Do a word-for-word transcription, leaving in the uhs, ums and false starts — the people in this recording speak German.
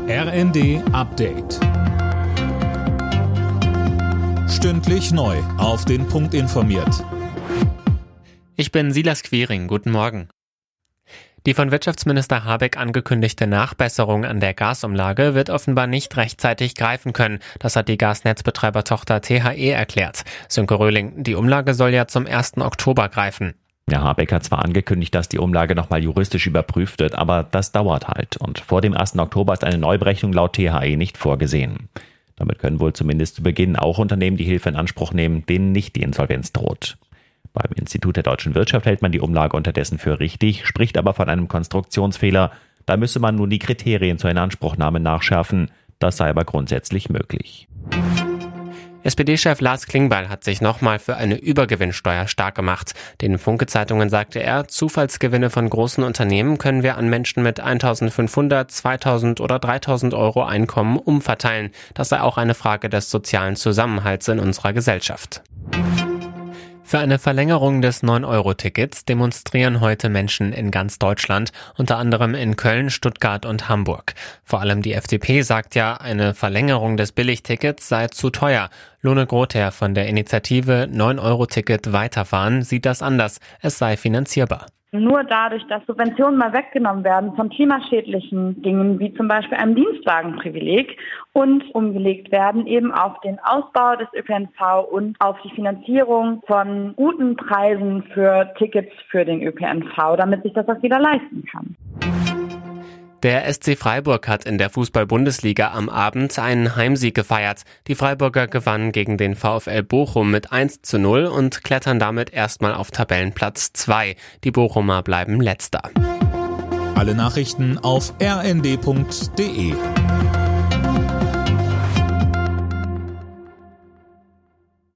R N D Update. Stündlich neu auf den Punkt informiert. Ich bin Silas Quiring. Guten Morgen. Die von Wirtschaftsminister Habeck angekündigte Nachbesserung an der Gasumlage wird offenbar nicht rechtzeitig greifen können. Das hat die Gasnetzbetreibertochter T H E erklärt. Sönke Röhling, die Umlage soll ja zum ersten Oktober greifen. Ja, Habeck hat zwar angekündigt, dass die Umlage nochmal juristisch überprüft wird, aber das dauert halt. Und vor dem ersten Oktober ist eine Neuberechnung laut T H E nicht vorgesehen. Damit können wohl zumindest zu Beginn auch Unternehmen die Hilfe in Anspruch nehmen, denen nicht die Insolvenz droht. Beim Institut der deutschen Wirtschaft hält man die Umlage unterdessen für richtig, spricht aber von einem Konstruktionsfehler. Da müsse man nun die Kriterien zur Inanspruchnahme nachschärfen. Das sei aber grundsätzlich möglich. S P D-Chef Lars Klingbeil hat sich nochmal für eine Übergewinnsteuer stark gemacht. Den Funke-Zeitungen sagte er, Zufallsgewinne von großen Unternehmen können wir an Menschen mit eintausendfünfhundert, zweitausend oder dreitausend Euro Einkommen umverteilen. Das sei auch eine Frage des sozialen Zusammenhalts in unserer Gesellschaft. Für eine Verlängerung des neun Euro Tickets demonstrieren heute Menschen in ganz Deutschland, unter anderem in Köln, Stuttgart und Hamburg. Vor allem die F D P sagt ja, eine Verlängerung des Billigtickets sei zu teuer. Lone Grother von der Initiative neun Euro Ticket weiterfahren sieht das anders. Es sei finanzierbar. Nur dadurch, dass Subventionen mal weggenommen werden von klimaschädlichen Dingen, wie zum Beispiel einem Dienstwagenprivileg, und umgelegt werden eben auf den Ausbau des Ö P N V und auf die Finanzierung von guten Preisen für Tickets für den Ö P N V, damit sich das auch wieder leisten kann. Der S C Freiburg hat in der Fußball-Bundesliga am Abend einen Heimsieg gefeiert. Die Freiburger gewannen gegen den VfL Bochum mit eins zu null und klettern damit erstmal auf Tabellenplatz zwei. Die Bochumer bleiben Letzter. Alle Nachrichten auf r n d punkt d e.